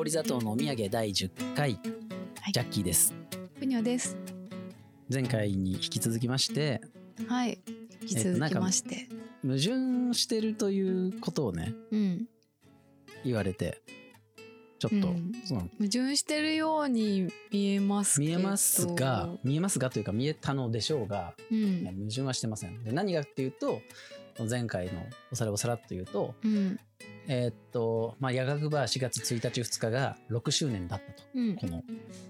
氷砂糖のお土産第10回、 はい、 ジャッキーです。 ぷにょです。 前回に引き続きまして、 はい、引き続きまして、 矛盾してるということをね、言われてちょっと、 矛盾してるように見えますけど、見えますがというか見えたのでしょうが、矛盾はしてません。で、何がっていうと、前回のおさらをさらっと言うと、夜学バー4月1日2日が6周年だったと、この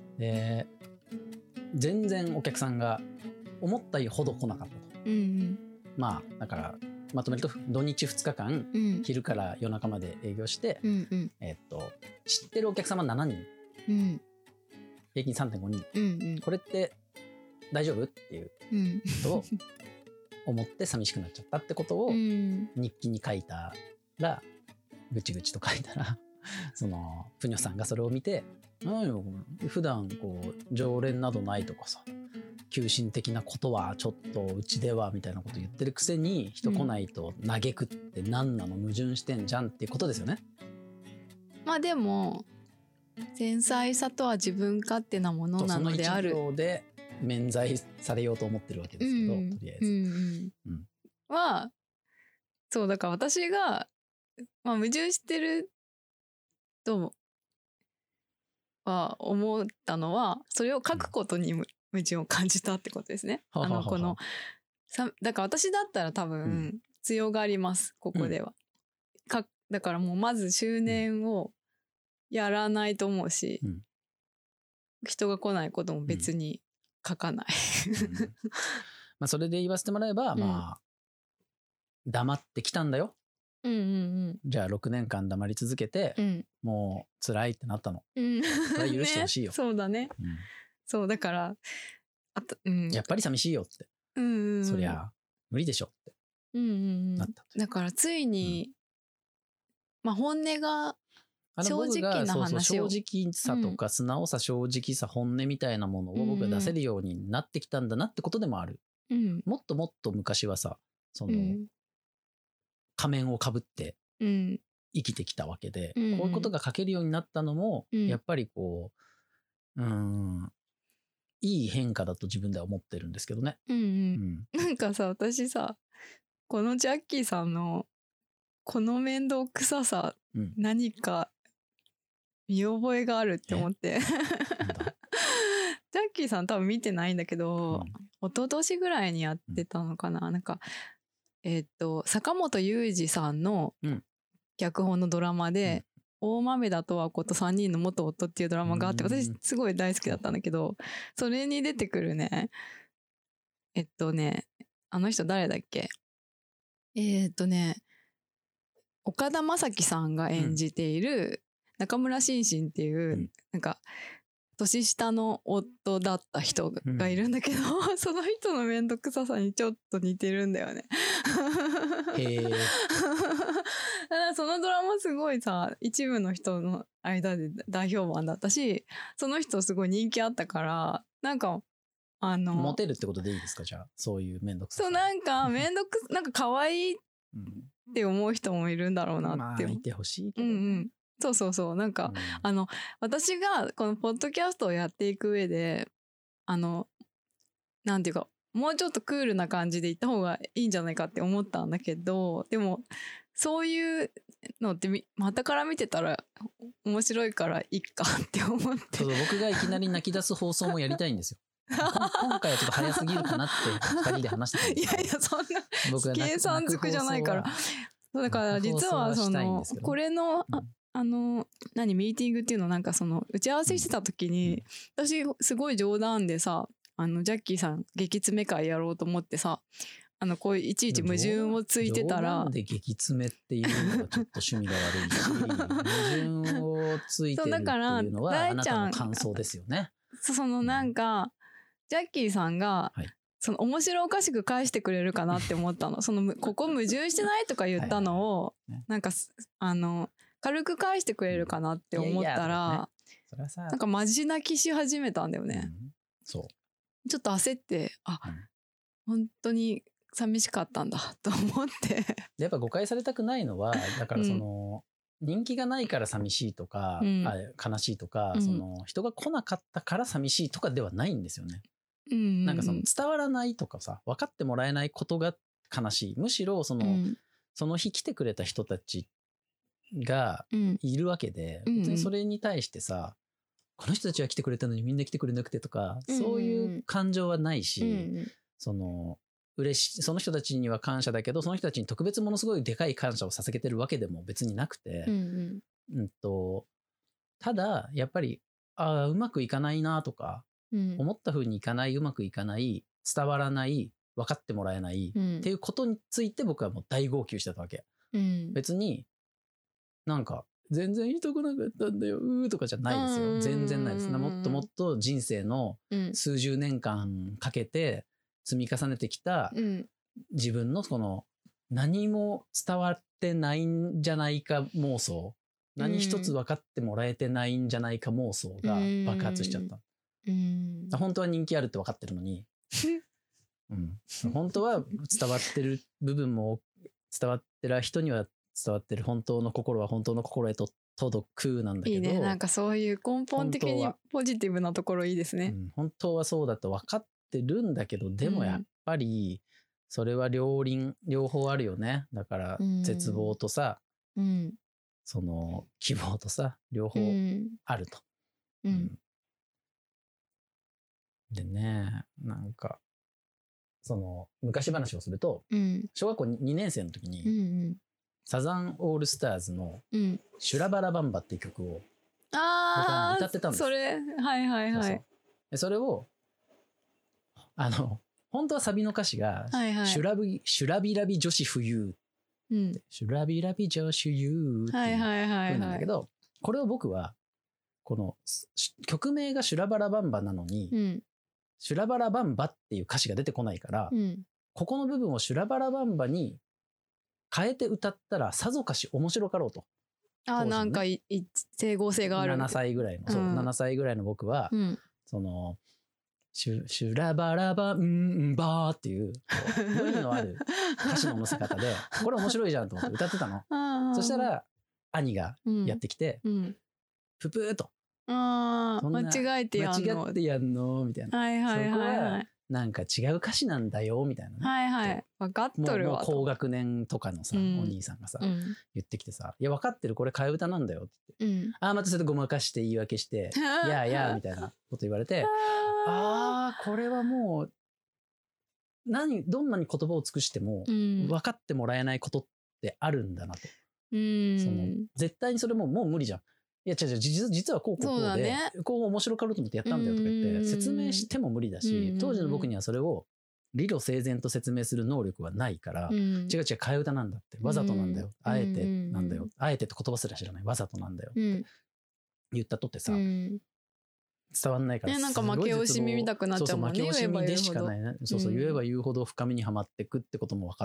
全然お客さんが思ったほど来なかったと、まあだからまとめると土日2日間、昼から夜中まで営業して、知ってるお客様7人、平均 3.5 人、これって大丈夫っていうことを思って寂しくなっちゃったってことを日記に書いたら、ぐちぐちと書いたらそのぷにょさんがそれを見て、普段こう常連などないとかさ、急進的なことはちょっとうちではみたいなこと言ってるくせに、人来ないと嘆くって何なの、矛盾してんじゃんっていうことですよね。まあでも繊細さとは自分勝手なものなのである。 その一行で免罪されようと思ってるわけですけど、とりあえず、 はそうだから私が、矛盾してるとは思ったのは、それを書くことに矛盾を感じたってことですね。このだから私だったら多分強がります、ここでは。だからもうまず周年をやらないと思うし、人が来ないことも別に書かない、 それで言わせてもらえば、黙ってきたんだよ、じゃあ6年間黙り続けて、もう辛いってなったの、それは許してほしいよ、 そうだね、そうだからやっぱり寂しいよって、そりゃ無理でしょって、なったと。 だからついに、本音が正直な話を、 正直さとか素直さ、正直さ、本音みたいなものを僕が出せるようになってきたんだなってことでもある。もっともっと昔はさ、その、仮面をかぶって生きてきたわけで、こういうことが書けるようになったのも、やっぱりこう、いい変化だと自分では思ってるんですけどね。 なんかさ、私さ、このジャッキーさんのこの面倒くささ、何か見覚えがあるって思ってジャッキーさん多分見てないんだけど、一昨年ぐらいにやってたのかな、なんか坂本雄二さんの脚本のドラマで、大豆田十和子と3人の元夫っていうドラマがあって、私すごい大好きだったんだけど、それに出てくるね、あの人誰だっけ、岡田将生さんが演じている中村心身っていう、なんか年下の夫だった人がいるんだけど、その人の面倒くささにちょっと似てるんだよね。そのドラマすごいさ、一部の人の間で大評判だったし、その人すごい人気あったから、なんかモテるってことでいいですか、じゃあそういう面倒くささ。 そう、なんかなんか可愛いって思う人もいるんだろうなって。 いてほしいけどね。 そうなんか、私がこのポッドキャストをやっていく上で、なんていうか、もうちょっとクールな感じでいった方がいいんじゃないかって思ったんだけど、でもそういうのって傍から見てたら面白いからいいかって思って、 僕がいきなり泣き出す放送もやりたいんですよ。今回はちょっと早すぎるかなって2人で話してたんですけど、 いやそんな計算づくじゃないから。だから実はこれのミーティングっていうの、なんかその打ち合わせしてた時に、私すごい冗談でさ、ジャッキーさん激詰め会やろうと思ってさ、こういちいち矛盾をついてたら、 冗談で激詰めっていうのはちょっと趣味が悪いし、矛盾をついてるっていうのはあなたの感想ですよね。 そのなんかジャッキーさんが、その面白おかしく返してくれるかなって思ったの。ここ矛盾してないとか言ったのを、なんか軽く返してくれるかなって思ったら、なんかマジ泣きし始めたんだよね。そうちょっと焦って、本当に寂しかったんだと思って。 やっぱ誤解されたくないのは、だからその、 人気がないから寂しいとか、悲しいとか、その人が来なかったから寂しいとかではないんですよね。なんかその伝わらないとかさ、分かってもらえないことが悲しい。むしろその日来てくれた人たちがいるわけで、別にそれに対してさ、この人たちは来てくれたのにみんな来てくれなくてとか、そういう感情はないし、その人たちには感謝だけど、その人たちに特別ものすごいでかい感謝を捧げてるわけでも別になくて、ただやっぱりうまくいかないなとか、思った風にいかない、うまくいかない、伝わらない、分かってもらえない、っていうことについて僕はもう大号泣してたわけ。別になんか全然言いたくなかったんだよとかじゃないですよ。全然ないです。もっともっと人生の数十年間かけて積み重ねてきた自分のその何も伝わってないんじゃないか妄想、何一つ分かってもらえてないんじゃないか妄想が爆発しちゃった。本当は人気あるって分かってるのに、本当は伝わってる部分も伝わってる人には伝わってる、本当の心は本当の心へと届くなんだけど、いいね、なんかそういう根本的にポジティブなところいいですね。 本当はそうだと分かってるんだけど、でもやっぱりそれは両方あるよね。だから絶望とさ、その希望とさ、両方あると。でね、なんかその昔話をすると、小学校2年生の時に、サザンオールスターズのシュラバラバンバっていう曲を僕は歌ってたんです。 それ、はいはいはい。 それを本当はサビの歌詞が、シュラビラビ女子冬、シュラビラビ女子冬っていう風なんだけど、これを僕はこの曲名がシュラバラバンバなのに、シュラバラバンバっていう歌詞が出てこないから、ここの部分をシュラバラバンバに変えて歌ったらさぞかし面白かろうと。 なんか整合性がある。 7歳ぐらいの、7歳ぐらいの僕は、そのシュラバラバンバーっていう無理のある歌詞の乗せ方で、これ面白いじゃんと思って歌ってたの。そしたら兄がやってきて、ププーと。 間違えてやんの。 間違ってやんのみたいな。そこはなんか違う歌詞なんだよみたいな。 分かっとるわ。 もう高学年とかのさ、お兄さんがさ、言ってきてさ、いや分かってる、これ替え歌なんだよって言って、またそれでごまかして言い訳して、いやみたいなこと言われて、これはもうどんなに言葉を尽くしても分かってもらえないことってあるんだなと。絶対にそれもう無理じゃん。いや違う実はこうで、こう面白かろうと思ってやったんだよとか言って説明しても無理だし、当時の僕にはそれを理路整然と説明する能力はないから、違う替え歌なんだって、わざとなんだよ、あえてなんだよ、あえてって言葉すら知らない、わざとなんだよって言ったとってさ、伝わんないから、 なんか負け惜しみ見たくなっちゃうもんね。 負け惜しみでしかないね。言えば言うほど深みにはまってくってことも分かって、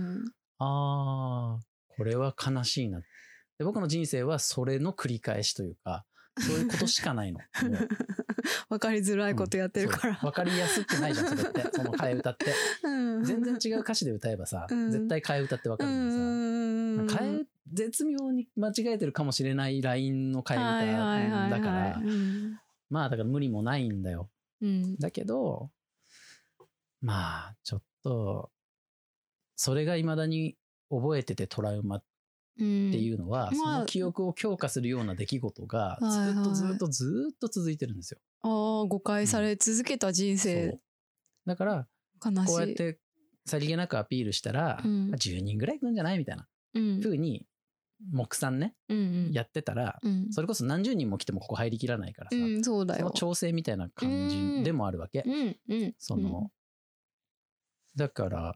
これは悲しいな。で僕の人生はそれの繰り返しというか、そういうことしかないの。 分かりづらいことやってるから。 分かりやすくないじゃん、それって。その替え歌って。全然違う歌詞で歌えばさ、絶対替え歌って分かるのにさ、絶妙に間違えてるかもしれないラインの替え歌だから、まあだから無理もないんだよ。だけど、まあちょっと、それが未だに覚えててトラウマっていうのは、その記憶を強化するような出来事がずっと続いてるんですよ。 誤解され続けた人生。 だからこうやってさりげなくアピールしたら、10人ぐらい来るんじゃないみたいな風に目算ね、やってたら、それこそ何十人も来てもここ入りきらないからさ、その調整みたいな感じでもあるわけ。だから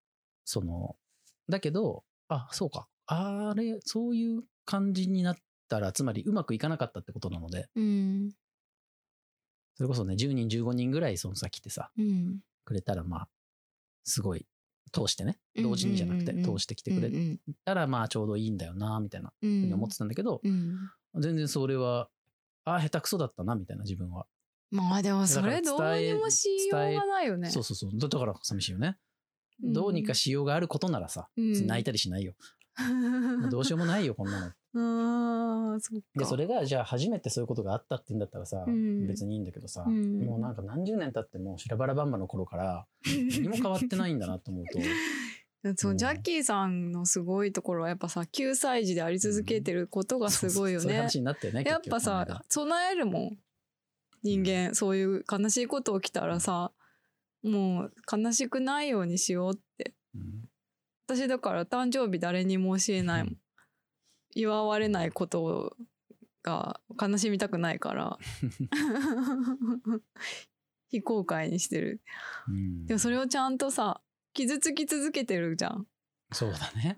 だけどそうか、そういう感じになったら、つまりうまくいかなかったってことなので、それこそね、10人15人ぐらいそのさ来てさ、くれたら、まあすごい通してね、同時にじゃなくて通してきてくれたら、まあちょうどいいんだよなみたいなふうに思ってたんだけど、全然それは下手くそだったなみたいな、自分は。 まあでもそれどうにもしようがないよね。 そうだから寂しいよね。どうにかしようがあることならさ、泣いたりしないよ。どうしようもないよこんなのって。 そっか。 でそれがじゃあ初めてそういうことがあったって言うんだったらさ、別にいいんだけどさ、もうなんか何十年経っても修羅バラバンバの頃から何も変わってないんだなと思うとそうジャッキーさんのすごいところはやっぱさ9歳児であり続けてることがすごいよね。 そういう話になってよね。 やっぱさ備えるもん人間、そういう悲しいこと起きたらさ、もう悲しくないようにしようって、私だから誕生日誰にも教えないもん、祝われないことが悲しみたくないから非公開にしてる、でもそれをちゃんとさ傷つき続けてるじゃん。 そうだね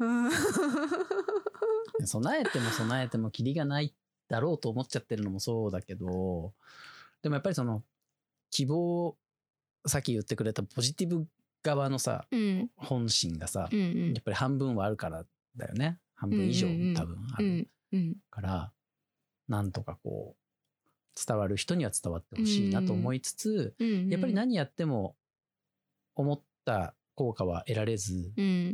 備えても備えてもキリがないだろうと思っちゃってるのもそうだけど、でもやっぱりその希望、さっき言ってくれたポジティブ側のさ、本心がさ、やっぱり半分はあるからだよね。半分以上多分あるから、なんとかこう伝わる人には伝わってほしいなと思いつつ、やっぱり何やっても思った効果は得られず、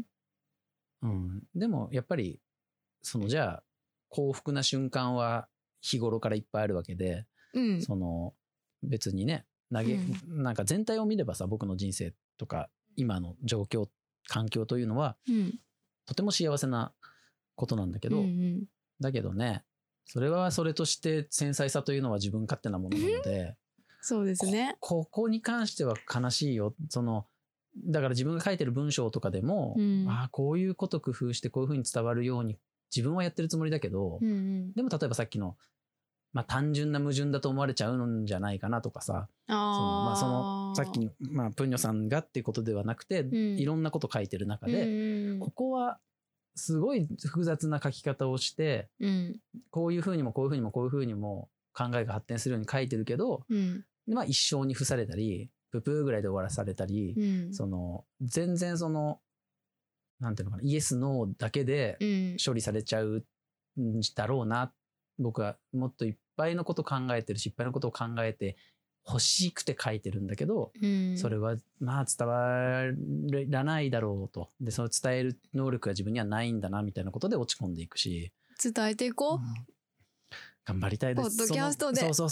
でもやっぱりそのじゃあ幸福な瞬間は日頃からいっぱいあるわけで、その別にねなんか全体を見ればさ、僕の人生とか今の状況環境というのは、とても幸せなことなんだけど、だけどね、それはそれとして繊細さというのは自分勝手なものなのでそうですね。 ここに関しては悲しいよ。そのだから自分が書いてる文章とかでも、こういうこと工夫してこういうふうに伝わるように自分はやってるつもりだけど、でも例えばさっきの、単純な矛盾だと思われちゃうんじゃないかなとかさ、そのさっきの、プンニョさんがっていうことではなくて、いろんなこと書いてる中で、ここはすごい複雑な書き方をして、こういうふうにもこういうふうにもこういうふうにも考えが発展するように書いてるけど、一生に付されたりププーぐらいで終わらされたり、その全然そのなんていうのかな、イエスノーだけで処理されちゃうんだろうな、僕はもっといっぱいのこと考えてるし、いっぱいのことを考えて欲しくて書いてるんだけど、それは伝わらないだろうと。でその伝える能力が自分にはないんだなみたいなことで落ち込んでいくし、 伝えていこう、 頑張りたいです。 ポッドキャストで。 そう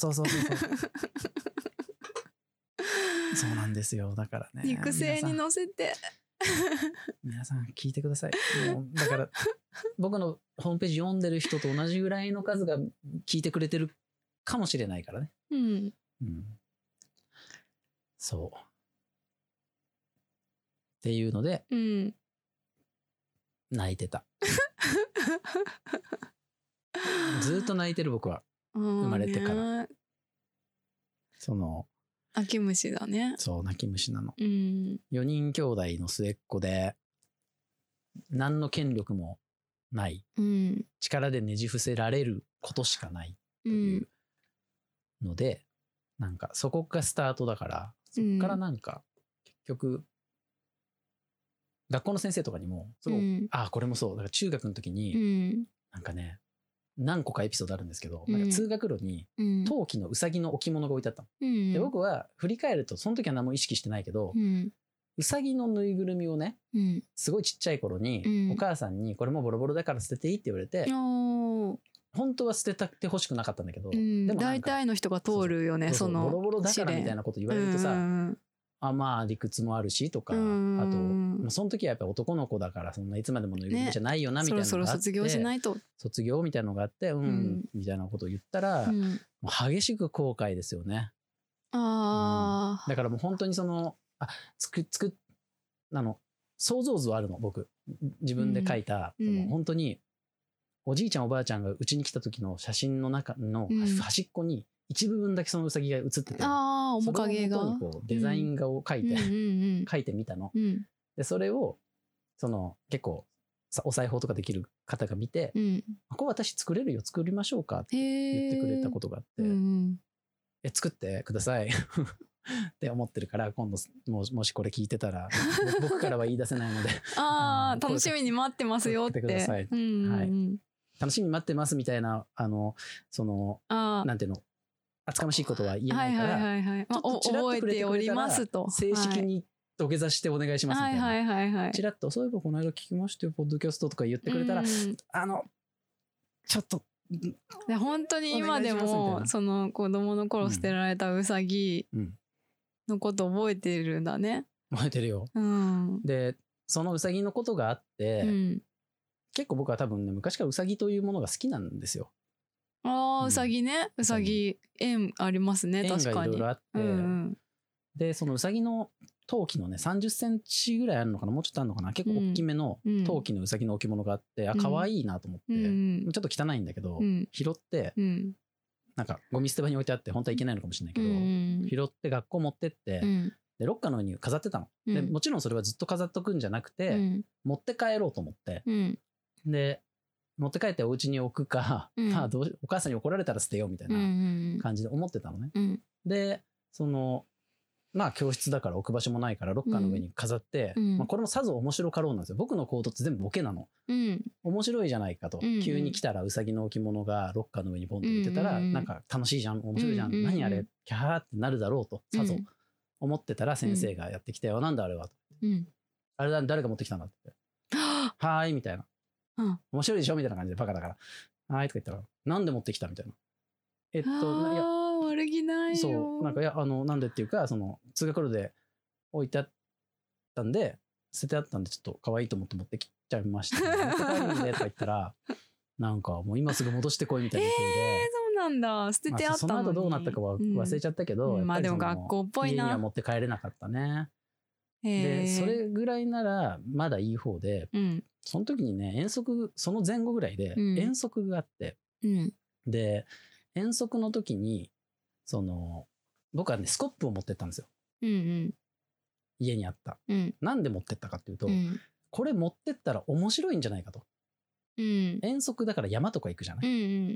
そうなんですよ。だからね、 肉声に乗せて皆さん聞いてください。もうだから僕のホームページ読んでる人と同じぐらいの数が聞いてくれてるかもしれないからね。そうっていうので、泣いてたずっと泣いてる僕は、生まれてから。その泣き虫だね。 そう、泣き虫なの。4人兄弟の末っ子で何の権力もない、力でねじ伏せられることしかないというので、なんかそこがスタートだから、そこからなんか結局学校の先生とかにもすごい、これもそうだから、中学の時になんかね、何個かエピソードあるんですけど、なんか通学路に陶器のうさぎの置物が置いてあったの、で僕は振り返るとその時は何も意識してないけど、うさぎのぬいぐるみをね、すごいちっちゃい頃にお母さんにこれもボロボロだから捨てていいって言われて、本当は捨てたってほしくなかったんだけど、でも大体の人が通るよね、そのボロボロだからみたいなこと言われるとさ、理屈もあるしとか、あと、その時はやっぱり男の子だからそんないつまでもぬいぐるみじゃないよなみたいなのがあって、そろそろ卒業しないと、卒業みたいなのがあって、みたいなことを言ったら、もう激しく後悔ですよね。だからもう本当にその想像図はあるの、僕自分で描いた、本当におじいちゃんおばあちゃんがうちに来た時の写真の中の端っこに一部分だけそのうさぎが写ってて、面影がそれを元にこうデザイン画を描いて、描いてみたの、でそれをその結構お裁縫とかできる方が見て、これ私作れるよ、作りましょうかって言ってくれたことがあって、作ってくださいって思ってるから、今度もしこれ聞いてたら僕からは言い出せないので楽しみに待ってますよってください、楽しみに待ってますみたいな、そのなんていうの、厚かましいことは言えないから、ちょっとチラッと触れてくれたら正式に土下座してお願いしますみたいな、チラッとそういえばこの間聞きましたよポッドキャストとか言ってくれたら、 ちょっとで本当に今でもその子供の頃捨てられたウサギのこと覚えてるんだね。 覚えてるよ。でそのウサギのことがあって、結構僕は多分ね昔からウサギというものが好きなんですよ。 ウサギね。ウサギ縁ありますね。確かに。縁がいろいろあって、 でそのウサギの陶器のね30センチぐらいあるのかな、もうちょっとあるのかな、結構大きめの陶器のウサギの置物があって、可愛いなと思って、ちょっと汚いんだけど、拾って、なんかゴミ捨て場に置いてあって本当はいけないのかもしれないけど、拾って学校持ってって、でロッカーの上に飾ってたの。でもちろんそれはずっと飾っとくんじゃなくて、持って帰ろうと思って、で持って帰ってお家に置くか、まあお母さんに怒られたら捨てようみたいな感じで思ってたのね。でそのまあ教室だから置く場所もないからロッカーの上に飾って、まあ、これもさぞ面白かろうなんですよ。僕の行動って全部ボケなの。面白いじゃないかと、急に来たらウサギの置物がロッカーの上にポンと置いてたら、なんか楽しいじゃん、面白いじゃん、何あれキャーってなるだろうとさぞ思ってたら、先生がやってきて、なんだあれはと、あれだ誰が持ってきたんだってはーいみたいな、面白いでしょみたいな感じで、バカだからはーいとか言ったら、なんで持ってきたみたいな。いや悪気ないよ。 そう、なんかいやなんでっていうか、その通学路で置いてあったんで、捨ててあったんでちょっと可愛いと思って持ってきちゃいました、ね、持って帰るんでとか言ったらなんかもう今すぐ戻してこいみたいな風で、 そうなんだ、捨ててあったのに、 その後どうなったかは忘れちゃったけど、 まあでも学校っぽいな、 家には持って帰れなかったね。でそれぐらいならまだいい方で、その時にね遠足、その前後ぐらいで遠足があって、で遠足の時にその僕はねスコップを持ってったんですよ、家にあった、なんで持ってったかっていうと、これ持ってったら面白いんじゃないかと、遠足だから山とか行くじゃない、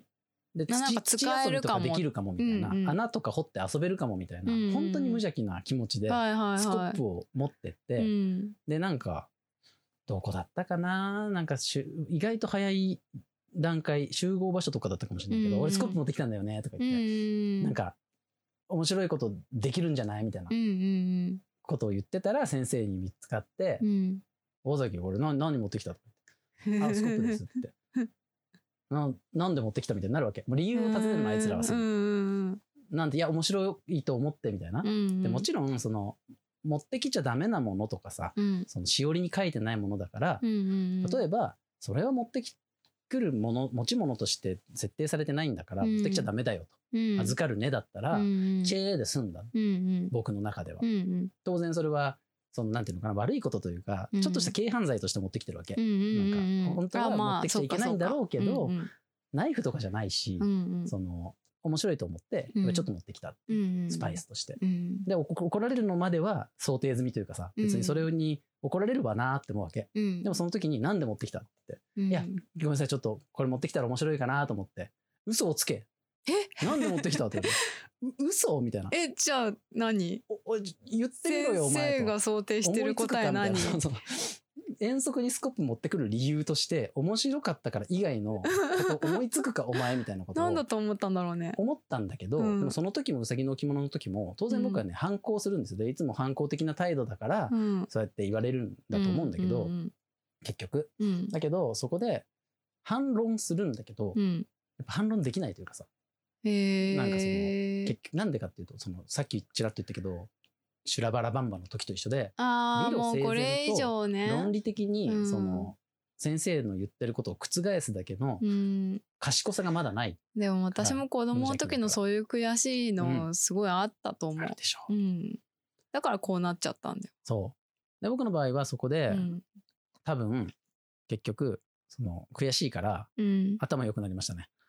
で土遊びとかできるかもみたいな、穴とか掘って遊べるかもみたいな、本当に無邪気な気持ちでスコップを持ってって、でなんかどこだったかな、なんか意外と早い段階、集合場所とかだったかもしれないけど、俺スコップ持ってきたんだよねとか言って、なんか面白いことできるんじゃないみたいなことを言ってたら、先生に見つかって、大崎俺何持ってきたとか言って、あスコップですってなんで持ってきたみたいになるわけ。もう理由を尋ねるのあいつらはすぐなんて、いや面白いと思ってみたいな、でもちろんその持ってきちゃダメなものとかさ、そのしおりに書いてないものだから、例えばそれを持ってくるもの、持ち物として設定されてないんだから持ってきちゃダメだよと、預かるねだったらチェーで済んだ、僕の中では、当然それはそのなんていうのかな、悪いことというか、ちょっとした軽犯罪として持ってきてるわけ、なんか本当は持ってきちゃいけないんだろうけど、ナイフとかじゃないし、その面白いと思ってちょっと持ってきた、スパイスとして、で怒られるのまでは想定済みというかさ、別にそれに怒られるわなって思うわけ、でもその時になんで持ってきたって、いやごめんなさいちょっとこれ持ってきたら面白いかなと思って、嘘をつけ、なんで持ってきたって嘘みたいな、 じゃあ何言ってみろよお前と、 先生が想定してる答え何遠足にスコップ持ってくる理由として面白かったから以外のこと思いつくかお前みたいなことをなんだと思ったんだろうね、 思ったんだけど、でもその時もうさぎの置物の時も当然僕はね、反抗するんですよ。でいつも反抗的な態度だから、そうやって言われるんだと思うんだけど、結局、だけどそこで反論するんだけど、やっぱ反論できないというかさ、なんかその結局なんでかっていうと、そのさっきちらっと言ったけど修羅バラバンバの時と一緒で、理路整然と論理的にその先生の言ってることを覆すだけの賢さがまだない。 でも私も子供の時のそういう悔しいのすごいあったと思う。 でしょ。 だからこうなっちゃったんだよ。 そうで僕の場合はそこで、多分結局その悔しいから、頭良くなりましたね。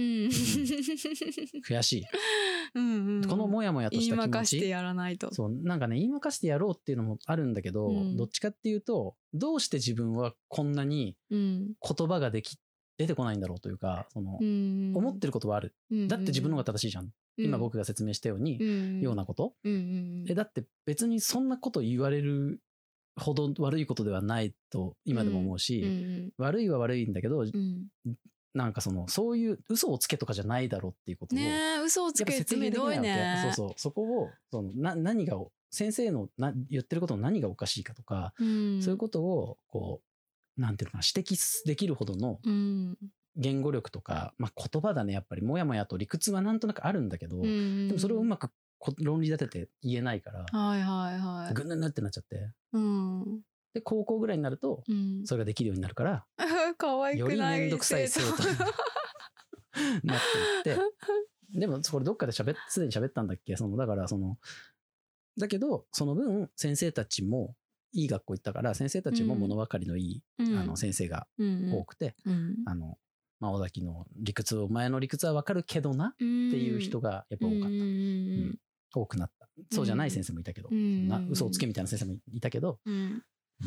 悔しい。このモヤモヤとした気持ち、言いまかしてやらないと。 そうなんかね、言いまかしてやろうっていうのもあるんだけど、どっちかっていうとどうして自分はこんなに言葉が出てこないんだろうというか、その思ってることはある、だって自分の方が正しいじゃん、今僕が説明したように、ようなこと、だって別にそんなこと言われるほど悪いことではないと今でも思うし、悪いは悪いんだけど、なんかそういう嘘をつけとかじゃないだろうっていうことを、 嘘をつけってひどいね。 そこを何が先生の言ってることの何がおかしいかとか、そういうことをこうなんていうのかな、指摘できるほどの言語力とか、まあ、言葉だねやっぱりもやもやと理屈はなんとなくあるんだけど、でもそれをうまく論理立てて言えないから、ぐぬぬってなっちゃって、で高校ぐらいになるとそれができるようになるから、 可愛くないよりめんどくさい生徒になっていって、でもこれどっかですでに喋ったんだっけ、だからだけどその分先生たちもいい学校行ったから、先生たちも物分かりのいい、先生が多くて、まあ、尾崎のお前の理屈は分かるけどなっていう人がやっぱ多かった、多くなった。そうじゃない先生もいたけど、嘘をつけみたいな先生もいたけど、 な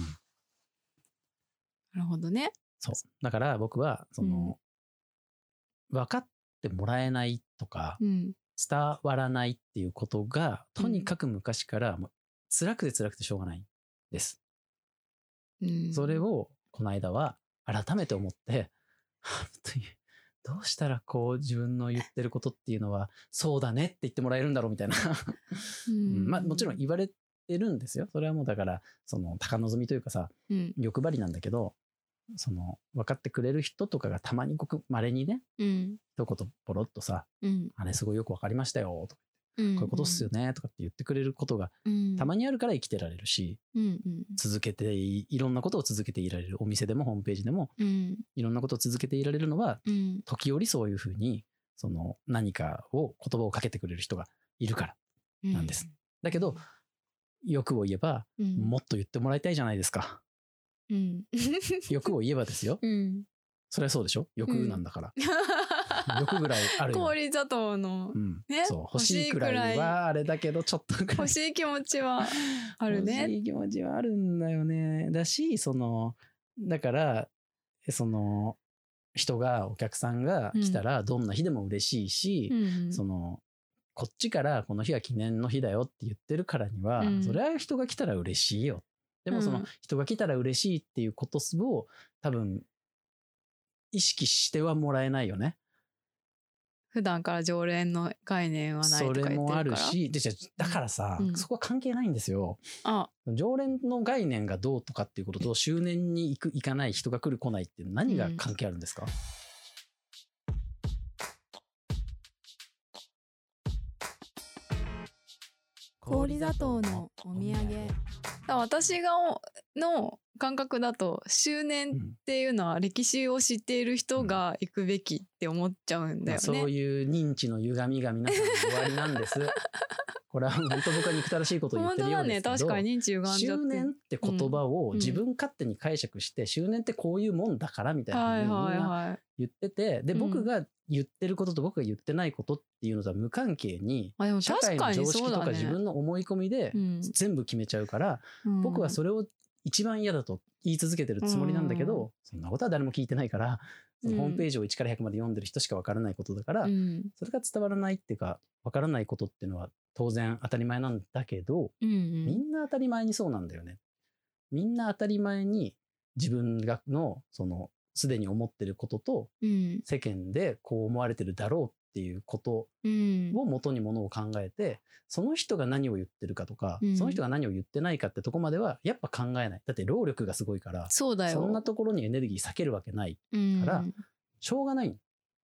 るほどね。 そうだから僕は分かってもらえないとか、伝わらないっていうことがとにかく昔からもう辛くてしょうがないです。それをこの間は改めて思って、本当にどうしたらこう自分の言ってることっていうのはそうだねって言ってもらえるんだろうみたいなまあもちろん言われてるんですよ。それはもうだから高望みというかさ、欲張りなんだけど、分かってくれる人とかがたまにごく稀にね、一言ポロッとさ、あれすごいよく分かりましたよとか、こういうことっすよねとかって言ってくれることがたまにあるから生きてられるし、続けていろんなことを続けていられる。お店でもホームページでもいろんなことを続けていられるのは、時折そういうふうに何かを言葉をかけてくれる人がいるからなんです。だけど欲を言えば、もっと言ってもらいたいじゃないですか。欲を言えばですよ。それはそうでしょ、欲なんだから。欲ぐらいあるよ。 氷砂糖の、 そう欲しいくらいはあれだけど、ちょっと欲しい気持ちはあるね。 欲しい気持ちはあるんだよね。だしだから人がお客さんが来たらどんな日でも嬉しいし、こっちからこの日は記念の日だよって言ってるからには、それは人が来たら嬉しいよ。でも人が来たら嬉しいっていうことを多分意識してはもらえないよね。 普段から常連の概念はないとか言ってるから。それもあるし、 だからさ、そこは関係ないんですよ。常連の概念がどうとかっていうことと、周年に行かない、人が来る来ないっていう何が関係あるんですか？ 氷砂糖のお土産。私の感覚だと、周年っていうのは歴史を知っている人が行くべきって思っちゃうんだよね。 そういう認知の歪みが皆さん終わりなんです。これは本当僕は憎たらしいことを言ってるようですけど、 確かに認知歪んじゃって。 周年って言葉を自分勝手に解釈して、周年ってこういうもんだからみたいなのをみんな言ってて、で僕が言ってることと僕が言ってないことっていうのとは無関係に、社会の常識とか自分の思い込みで全部決めちゃうから、僕はそれを一番嫌だと言い続けてるつもりなんだけど、そんなことは誰も聞いてないから、ホームページを1から100まで読んでる人しか分からないことだから、それが伝わらないっていうか分からないことっていうのは当然当たり前なんだけど、みんな当たり前にそうなんだよね。みんな当たり前に自分がのすでに思ってることと、世間でこう思われてるだろうっていうことを元にものを考えて、その人が何を言ってるかとか、その人が何を言ってないかってとこまではやっぱ考えない。だって労力がすごいから、そんなところにエネルギー割けるわけないから、しょうがない。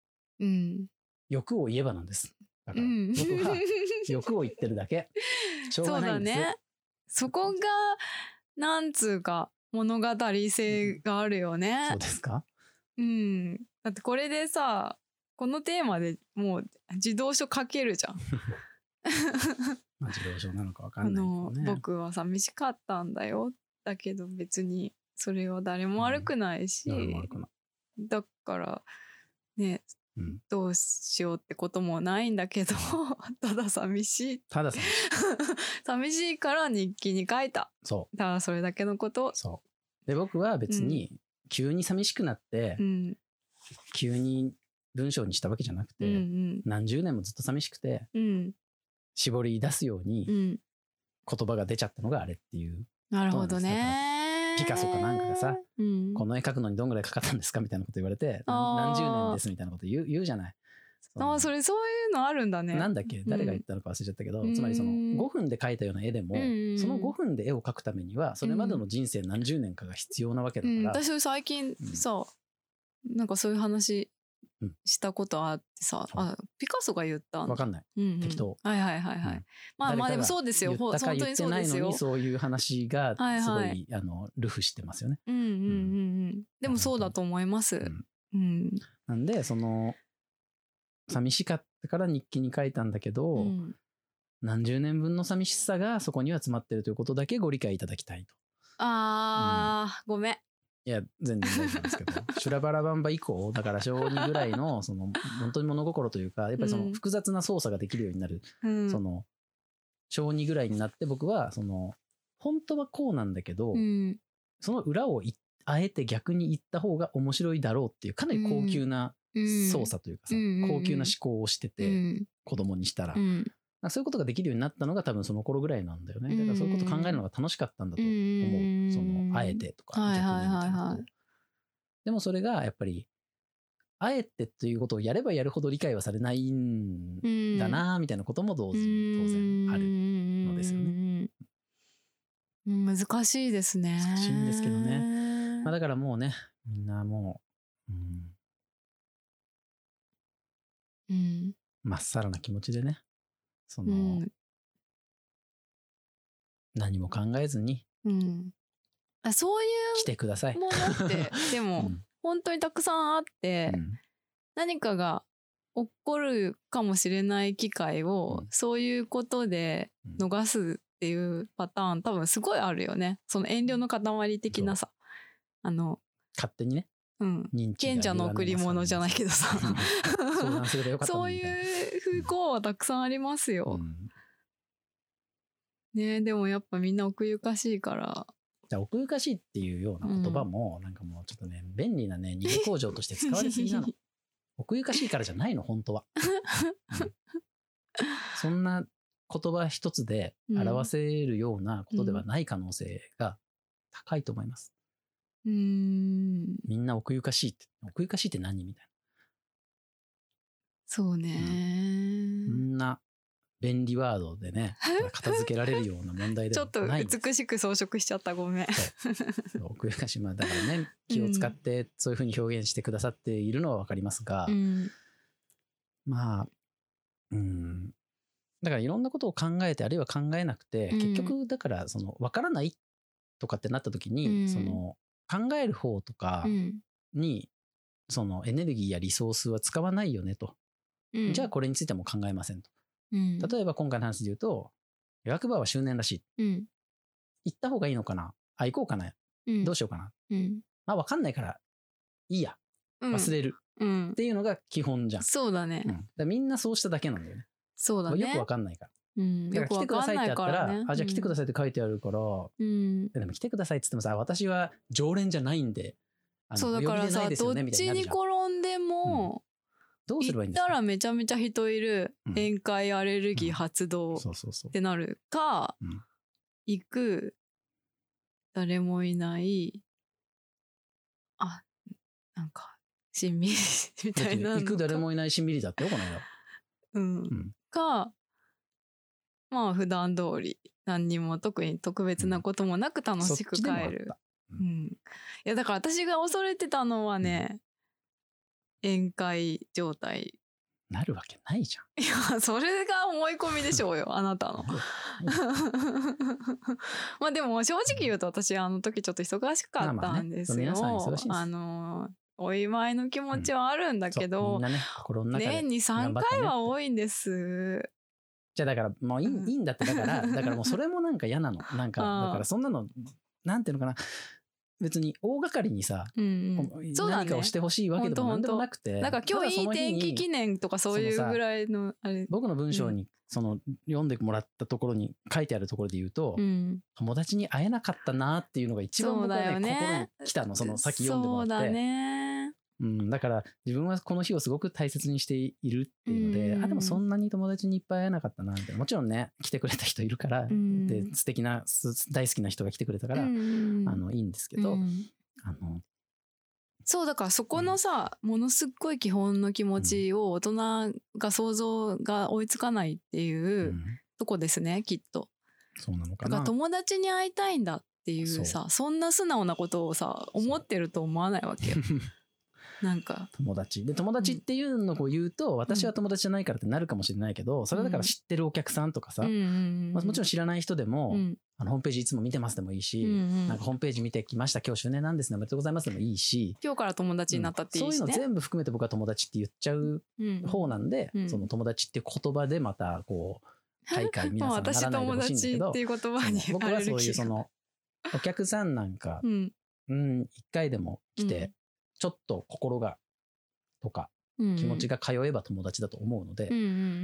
欲を言えばなんです。だから僕は欲を言ってるだけ。しょうがないんです。そうだね。 そこがなんつうか物語性があるよね。 そうですか？ だってこれでさ、このテーマでもう児童書書けるじゃん。 まあ児童書なのかわかんないけどね。 僕は寂しかったんだよ。だけど別にそれは誰も悪くないし、だからね、どうしようってこともないんだけど、ただ寂しい。寂しいから日記に書いた。ただそれだけのこと。 で僕は別に急に寂しくなって、急に文章にしたわけじゃなくて、何十年もずっと寂しくて、絞り出すように言葉が出ちゃったのがあれっていう。 なるほどね。 ピカソかなんかがさ、この絵描くのにどんぐらいかかったんですかみたいなこと言われて、何十年ですみたいなこと言うじゃない。 そういうのあるんだね。 なんだっけ、誰が言ったのか忘れちゃったけど、つまり5分で描いたような絵でも、その5分で絵を描くためにはそれまでの人生何十年かが必要なわけだから。 私最近さ、なんかそういう話したことあってさ、ピカソが言ったんだ。 わかんない、適当。 はいはいはいはい。まあでもそうですよ。 本当にそうですよ。そういう話がすごいルフしてますよね。 でもそうだと思います。 なんで寂しかったから日記に書いたんだけど、何十年分の寂しさがそこには詰まってるということだけご理解いただきたいと。 ごめん。 いや全然大丈夫なんですけど修羅バラバンバ以降だから小2ぐらいの本当に物心というかやっぱり複雑な操作ができるようになる、小2ぐらいになって僕は本当はこうなんだけど、その裏をあえて逆に言った方が面白いだろうっていうかなり高級な操作というかさ、高級な思考をしてて、子供にしたら、そういうことができるようになったのが多分その頃ぐらいなんだよね。だからそういうこと考えるのが楽しかったんだと思う。あえてとか逆にみたいな。でもそれがやっぱりあえてということをやればやるほど理解はされないんだなみたいなことも当然あるのですよね。 難しいですね。 難しいんですけどね。だからもうね、みんなもうまっさらな気持ちでね、何も考えずに、 そういう来てください。 ものってでも本当にたくさんあって、何かが起こるかもしれない機会を、そういうことで逃すっていうパターン多分すごいあるよね。その遠慮の塊的なさ、 勝手にね、 賢者の贈り物じゃないけどさそういう不幸はたくさんありますよ。ね、でもやっぱみんな奥ゆかしいから。 じゃあ奥ゆかしいっていうような言葉もなんかもうちょっとね便利なね逃げ工場として使われすぎなの奥ゆかしいからじゃないの本当は、そんな言葉一つで表せるようなことではない可能性が高いと思います。みんな奥ゆかしいって何みたいな。 そうね、 みんな便利ワードでね片付けられるような問題ではないんです。 ちょっと美しく装飾しちゃった、ごめん。 奥ゆかしい、だからね気を使ってそういうふうに表現してくださっているのは分かりますが、だからいろんなことを考えてあるいは考えなくて、結局だから分からないとかってなった時に、考える方とかにエネルギーやリソースは使わないよねと、じゃあこれについても考えませんと。例えば今回の話で言うと予約バーは周年らしい、行った方がいいのかな、行こうかな、どうしようかな、分かんないからいいや、忘れる、っていうのが基本じゃん。 そうだね、 だみんなそうしただけなんだよね。 そうだね、 よく分かんないから、だから来てくださいってあったら、じゃあ来てくださいって書いてあるから、でも来てくださいって言ってもさ、私は常連じゃないんでそうだからさ、どっちに転んでも、 どうすればいいんですか。 行ったらめちゃめちゃ人いる、宴会アレルギー発動ってなるか、行く誰もいないなんかしんみりみたいなの行く誰もいないしんみりだったよこの間、か普段通り何にも特に特別なこともなく楽しく帰る。いやだから私が恐れてたのはね、宴会状態なるわけないじゃん。 いやそれが思い込みでしょうよあなたのでも正直言うと私あの時ちょっと忙しかったんですよ。お祝いの気持ちはあるんだけど、年に3回は多いんです。 じゃあだからもういいんだって、だからもうそれもなんか嫌なの。なんかだからそんなのなんていうのかな、別に大掛かりにさ、何かをしてほしいわけでもなんでもなくて、 なんか今日いい天気記念とかそういうぐらいのあれ、 僕の文章に読んでもらったところに書いてあるところで言うと、友達に会えなかったなっていうのが一番僕はね心に来たの。その先読んでもらって、だから自分はこの日をすごく大切にしているっていうので、でもそんなに友達にいっぱい会えなかったなみたいな。もちろんね来てくれた人いるから、で素敵な大好きな人が来てくれたから、いいんですけど、 そうだからそこのさ、ものすっごい基本の気持ちを大人が想像が追いつかないっていうとこですね、きっと。 そうなのかな。 だから友達に会いたいんだっていうさ、そんな素直なことをさ思ってると思わないわけよなんか友達っていうのを言うと、私は友達じゃないからってなるかもしれないけど、それはだから知ってるお客さんとかさ、もちろん知らない人でも、ホームページいつも見てますでもいいし、なんかホームページ見てきました、今日周年なんですね、おめでとうございますでもいいし、 今日から友達になったっていいしね、 そういうの全部含めて僕は友達って言っちゃう方なんで、その友達っていう言葉でまたこう大会皆さんならないでほしいんだけど、 っていう言葉に僕はそういうそのお客さんなんか、一回でも来て、ちょっと心がとか気持ちが通えば友達だと思うので、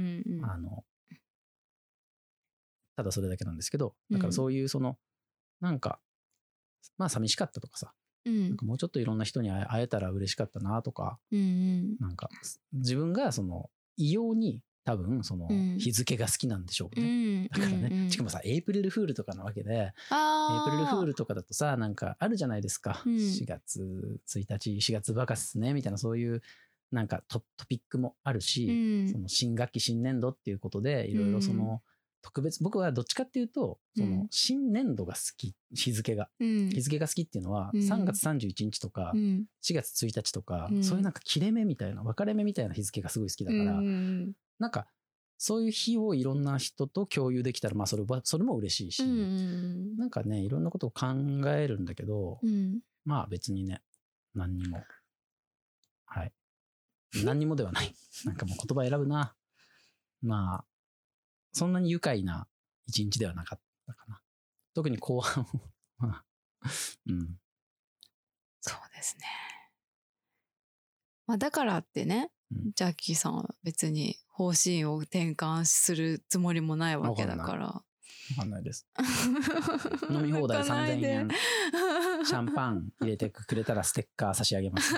ただそれだけなんですけど、だからそういうそのなんかまあ寂しかったとかさ、なんかもうちょっといろんな人に会えたら嬉しかったなとか、なんか自分がその異様に多分その日付が好きなんでしょうね、だからね、しかもさエイプリルフールとかなわけで、エイプリルフールとかだとさ、なんかあるじゃないですか、4月1日4月バカっすねみたいな、そういうなんかトピックもあるし、その新学期新年度っていうことでいろいろその特別、僕はどっちかっていうとその新年度が好き、日付が好きっていうのは3月31日とか4月1日とか、そういうなんか切れ目みたいな分かれ目みたいな日付がすごい好きだから、なんかそういう日をいろんな人と共有できたら、まあそれも嬉しいし、なんかねいろんなことを考えるんだけど、まあ別にね何にも、はい何にもではないなんかもう言葉選ぶな、まあそんなに愉快な一日ではなかったかな、特に後半はそうですね。まあだからってね、ジャッキーさんは別に方針を転換するつもりもないわけだから。わかんないです飲み放題3000円シャンパン入れてくれたらステッカー差し上げます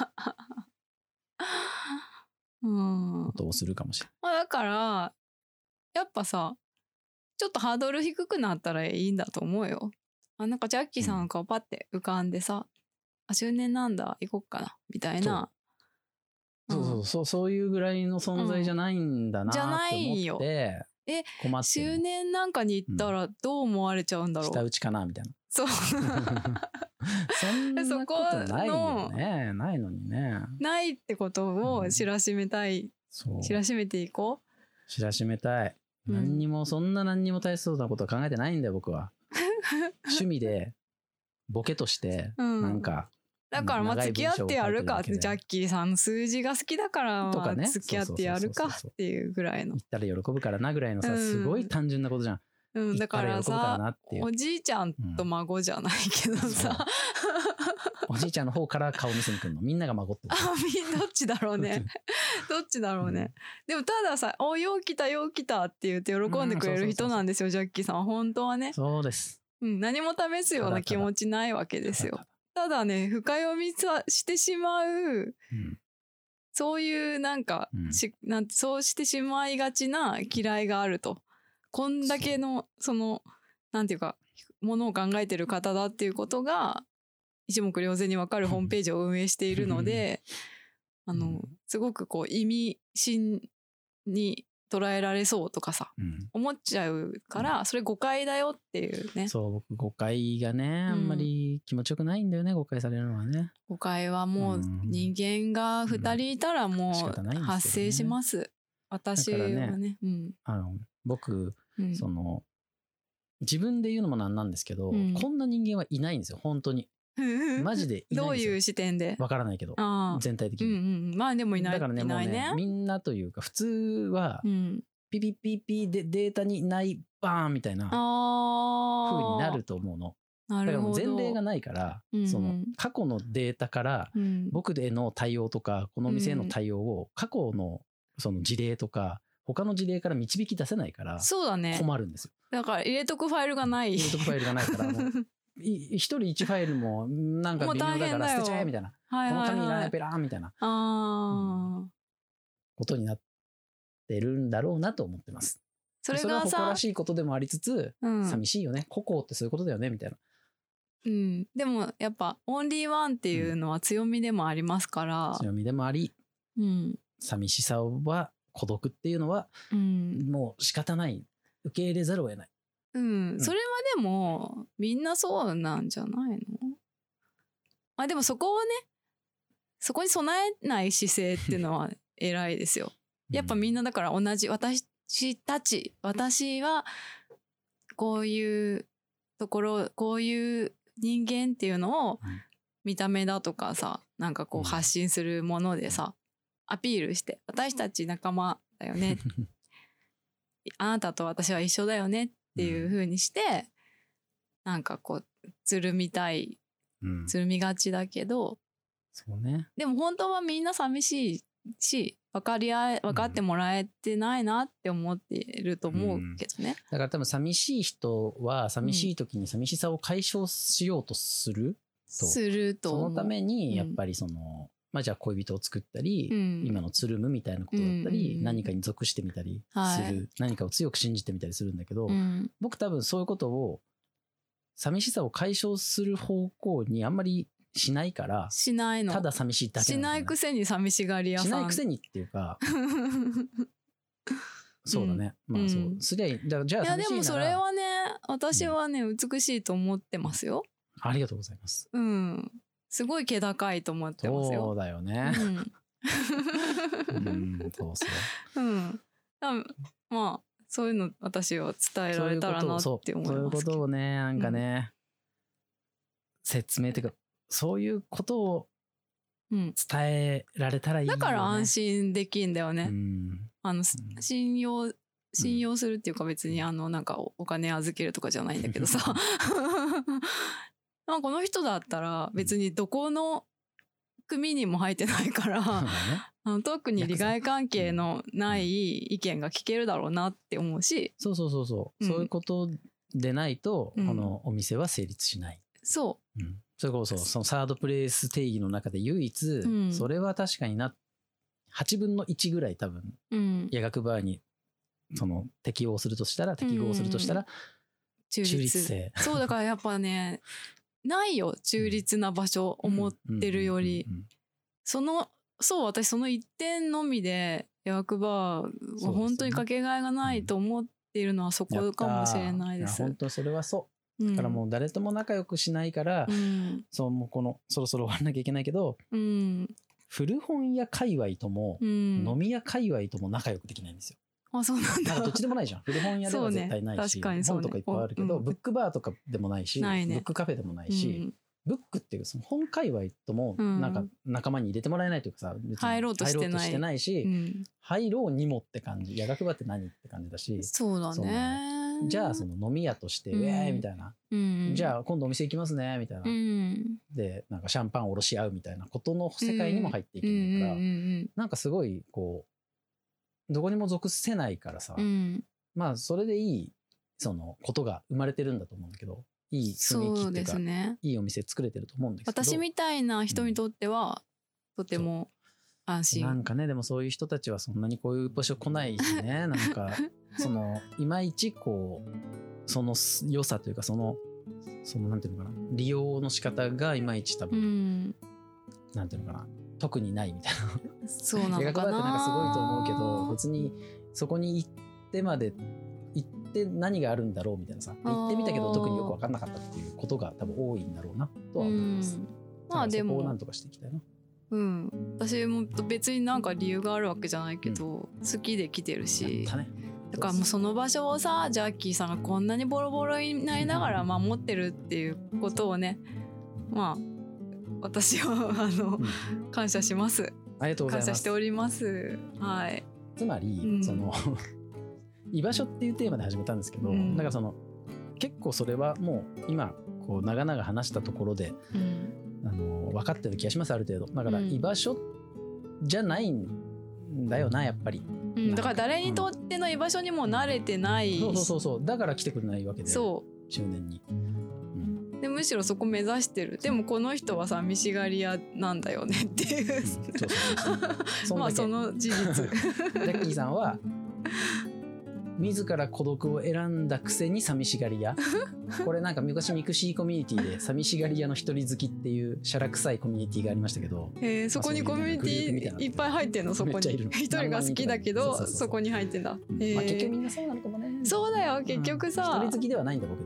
ことをするかもしれない。 まあだからやっぱさ、ちょっとハードル低くなったらいいんだと思うよ。なんかジャッキーさんの顔パッて浮かんでさ、周年なんだ行こっかなみたいな。 そういうぐらいの存在じゃないんだなって思って、じゃないよ。困って。 周年なんかに行ったらどう思われちゃうんだろう。 舌打ちかなみたいな。 そうそんなことないよね。ないのにね。 ないってことを知らしめたい。知らしめていこう。 知らしめたい。何にもそんな何にも大切なことは考えてないんだよ僕は。趣味でボケとしてなんか。 だからまあ付き合ってやるかってジャッキーさんの数字が好きだからまあ付き合ってやるかっていうぐらいの。 言ったら喜ぶからなぐらいのさ、すごい単純なことじゃん。 だからさ、おじいちゃんと孫じゃないけどさ、 おじいちゃんの方から顔見せに来るの、みんなが孫ってどっちだろうねどっちだろうね、でもたださ、およう来たよう来たって言って喜んでくれる人なんですよ、ジャッキーさんは本当はね。 そうです、 何も試すような気持ちないわけですよ。ただね、深読みしてしまう、そういうなんか、そうしてしまいがちな嫌いがあると。こんだけのそのなんていうかものを考えてる方だっていうことが一目瞭然に分かるホームページを運営しているのですごくこう意味深に捉えられそうとかさ、思っちゃうからそれ誤解だよっていうね。 そう、僕誤解がね、あんまり気持ちよくないんだよね、誤解されるのはね。 誤解はもう人間が2人いたらもう発生します。私はね、 僕その自分で言うのもなんなんですけど、こんな人間はいないんですよ本当にマジでいないんですよ。どういう視点でわからないけど全体的に、 まあでもいない。 だからね、もうねみんなというか普通はピピピピでデータにないバーンみたいな風になると思うの。だからもう前例がないから、その過去のデータから僕への対応とかこの店への対応を過去のその事例とか他の事例から導き出せないから困るんですよ。 だから入れとくファイルがない。 入れとくファイルがないからもう一人1ファイルもなんか微妙だから捨てちゃえみたいな、この紙いらないペラーみたいなことになってるんだろうなと思ってます。それは誇らしいことでもありつつ、寂しいよね、個々ってそういうことだよねみたいな。 でもやっぱオンリーワンっていうのは強みでもありますから、 強みでもあり、寂しさは孤独っていうのはもう仕方ない、受け入れざるを得ない。 それはでもみんなそうなんじゃないの？まあでもそこをねそこに備えない姿勢っていうのは偉いですよ。やっぱみんなだから同じ、私はこういうところ、こういう人間っていうのを見た目だとかさ、なんかこう発信するものでさ、アピールして、私たち仲間だよねあなたと私は一緒だよねっていう風にして、なんかこうつるみたい、つるみがちだけど、 そうね。 でも本当はみんな寂しいし、分かってもらえてないなって思っていると思うけどね。 だから多分寂しい人は寂しい時に寂しさを解消しようとすると、そのためにやっぱりその、まあじゃあ恋人を作ったり、今のつるむみたいなことだったり、何かに属してみたりする、何かを強く信じてみたりするんだけど、僕多分そういうことを寂しさを解消する方向にあんまりしないから、 しないの。 ただ寂しいだけなんだよね。 しないくせに寂しがり屋さん。 しないくせにっていうかそうだね、まあそうすりゃいい。じゃあ寂しいなら。いやでもそれはね、私はね、美しいと思ってますよ。 ありがとうございます。 すごい気高いと思ってますよ。 そうだよね。そうそう。 まあそういうの私は伝えられたらなって思いますけど。 そういうことをね、なんかね、説明っていうか、そういうことを伝えられたらいいよね。 だから安心できんだよね。信用するっていうか、別になんかお金預けるとかじゃないんだけどさこの人だったら別にどこの組にも入ってないから特に利害関係のない意見が聞けるだろうなって思うし、 そういうことでないと、このお店は成立しない。 そう、 それこそそのサードプレイス定義の中で唯一、それは確かに8分の1ぐらい多分、夜学バーにその適合するとしたら中立性。 そうだからやっぱねないよ、中立な場所思ってるより。私その一点のみで夜学バーは本当にかけがえがないと思っているのはそこかもしれないです。 本当それはそう。だからもう誰とも仲良くしないから、もうそろそろ終わらなきゃいけないけど、古本屋界隈とも、飲み屋界隈とも仲良くできないんですよ。 あ、そうなんだ。 どっちでもないじゃん。古本屋では絶対ないし、本とかいっぱいあるけど、ブックバーとかでもないし、ブックカフェでもないし、ブックっていうその本界隈ともなんか仲間に入れてもらえないというかさ、 入ろうとしてないし、入ろうにもって感じ。夜学バーって何って感じだし。 そうだね。 じゃあその飲み屋としてウェーイみたいな、じゃあ今度お店行きますねみたいな、でなんかシャンパンおろし合うみたいなことの世界にも入っていけないから、なんかすごいこうどこにも属せないからさ、まあそれでいいそのことが生まれてるんだと思うんだけど、いい雰囲気っていうか、いいお店作れてると思うんですけど、 私みたいな人にとってはとても安心。 なんかね、でもそういう人たちはそんなにこういう場所来ないしね、なんかそのいまいちこうその良さというかそのなんていうのかな、利用の仕方がいまいち多分、なんていうのかな、特にないみたいな。 そうなのかな。 夜学バーってなんかすごいと思うけど、別にそこに行って何があるんだろうみたいなさ、行ってみたけど特によく分かんなかったっていうことが多分多いんだろうなとは思います。まあでもそこをなんとかしていきたいな。 私も別になんか理由があるわけじゃないけど、好きで来てるし、だからもうその場所をさ、ジャッキーさんがこんなにボロボロになりながら守ってるっていうことをね、まあ私は感謝します。 ありがとうございます。 感謝しております。はい。 つまり、その居場所っていうテーマで始めたんですけど、だからその結構それはもう今こう長々話したところで、分かってる気がします、ある程度。だから居場所じゃないんだよな、やっぱり。 だから誰にとっての居場所にも慣れてない。 そうだから来てくれないわけで、中年に。 でむしろそこ目指してる。でもこの人は寂しがり屋なんだよねっていう、まあその事実。 ジャッキーさんは自ら孤独を選んだくせに寂しがり屋。これなんか昔ミクシーコミュニティで寂しがり屋の一人好きっていうシャラ臭いコミュニティがありましたけど、 そこにコミュニティいっぱい入ってんの。そこに一人が好きだけどそこに入ってんだ。 結局みんなそうなのかもね。 そうだよ、結局さ、 一人好きではないんだ僕でもね。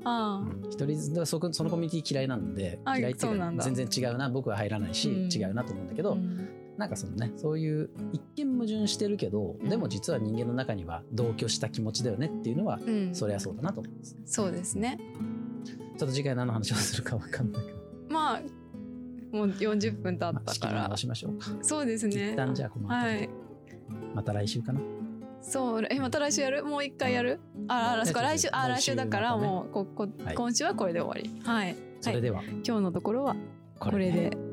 一人そのコミュニティ嫌いなんで、嫌いっていうか全然違うな、僕は入らないし、違うなと思うんだけど、なんかそのね、そういう一見矛盾してるけど、でも実は人間の中には同居した気持ちだよねっていうのは、そりゃそうだなと思います。 そうですね。 ちょっと次回何の話をするか分かんないけど、 まあもう40分経ったから、 直しましょうか。 そうですね。 一旦じゃあこの後、また来週かな。 そう、また来週やる？もう一回やる？そうか、来週だからもう今週はこれで終わり。はい。 それでは今日のところはこれで。